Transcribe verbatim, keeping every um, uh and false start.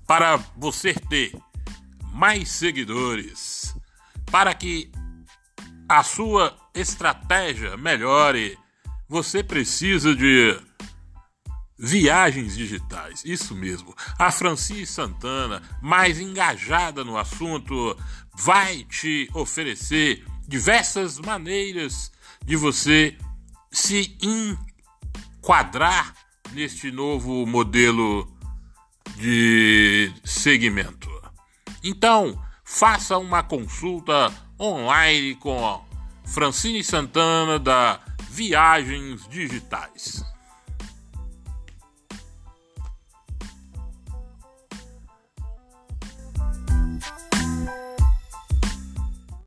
para você ter mais seguidores, para que a sua estratégia melhore, você precisa de viagens digitais. Isso mesmo. A Francine Santana, mais engajada no assunto, vai te oferecer diversas maneiras de você se enquadrar neste novo modelo de segmento. Então, faça uma consulta online com Francine Santana da Viagens Digitais.